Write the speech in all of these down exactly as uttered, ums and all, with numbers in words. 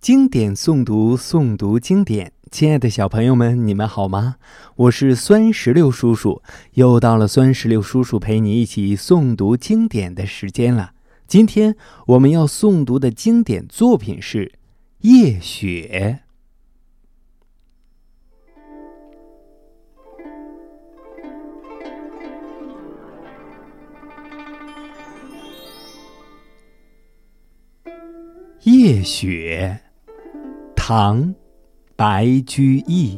经典诵读，诵读经典。亲爱的小朋友们，你们好吗？我是酸石榴叔叔，又到了酸石榴叔叔陪你一起诵读经典的时间了。今天我们要诵读的经典作品是《夜雪》。夜雪，唐，白居易。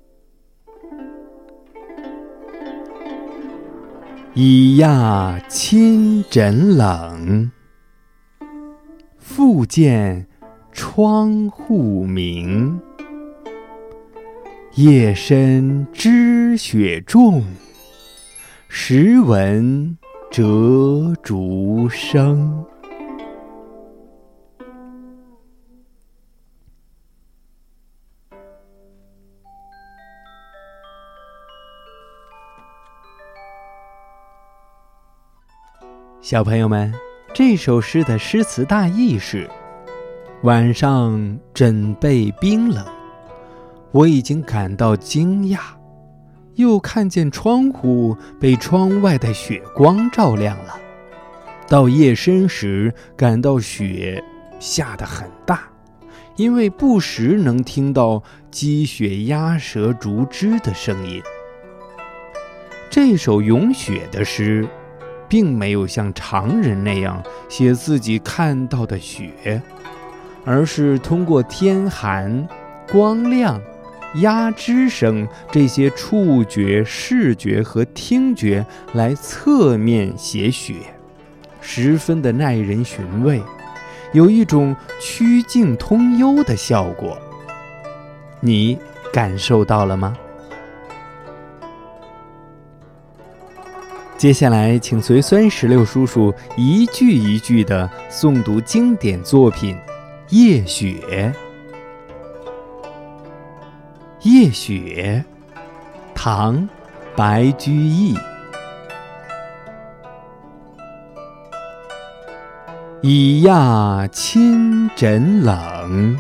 已讶亲枕冷，复见窗户明。夜深知雪重，时闻折竹声。小朋友们，这首诗的诗词大意是：晚上枕被冰冷，我已经感到惊讶，又看见窗户被窗外的雪光照亮了。到夜深时，感到雪下得很大，因为不时能听到积雪压折竹枝的声音。这首咏雪的诗并没有像常人那样写自己看到的雪，而是通过天寒、光亮、压枝声这些触觉、视觉和听觉来侧面写雪，十分的耐人寻味，有一种曲径通幽的效果。你感受到了吗？接下来请随酸石榴叔叔一句一句地诵读经典作品《夜雪》。夜雪，唐，白居易。已讶亲枕冷，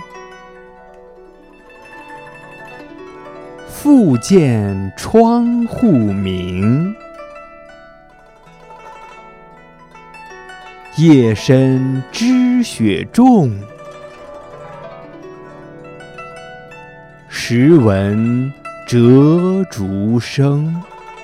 复见窗户明。夜深知雪重，时闻折竹声。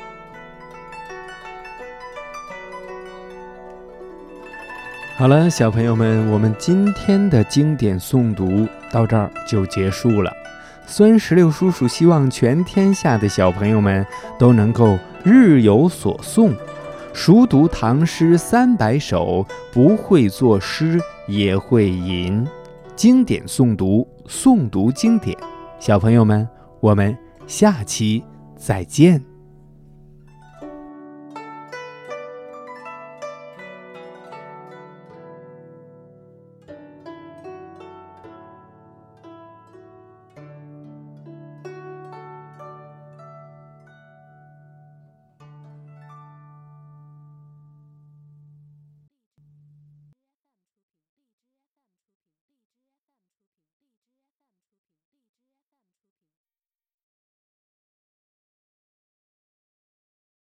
好了，小朋友们，我们今天的经典诵读到这儿就结束了。酸石榴叔叔希望全天下的小朋友们都能够日有所诵，熟读唐诗三百首，不会作诗也会吟。经典诵读，诵读经典。小朋友们，我们下期再见。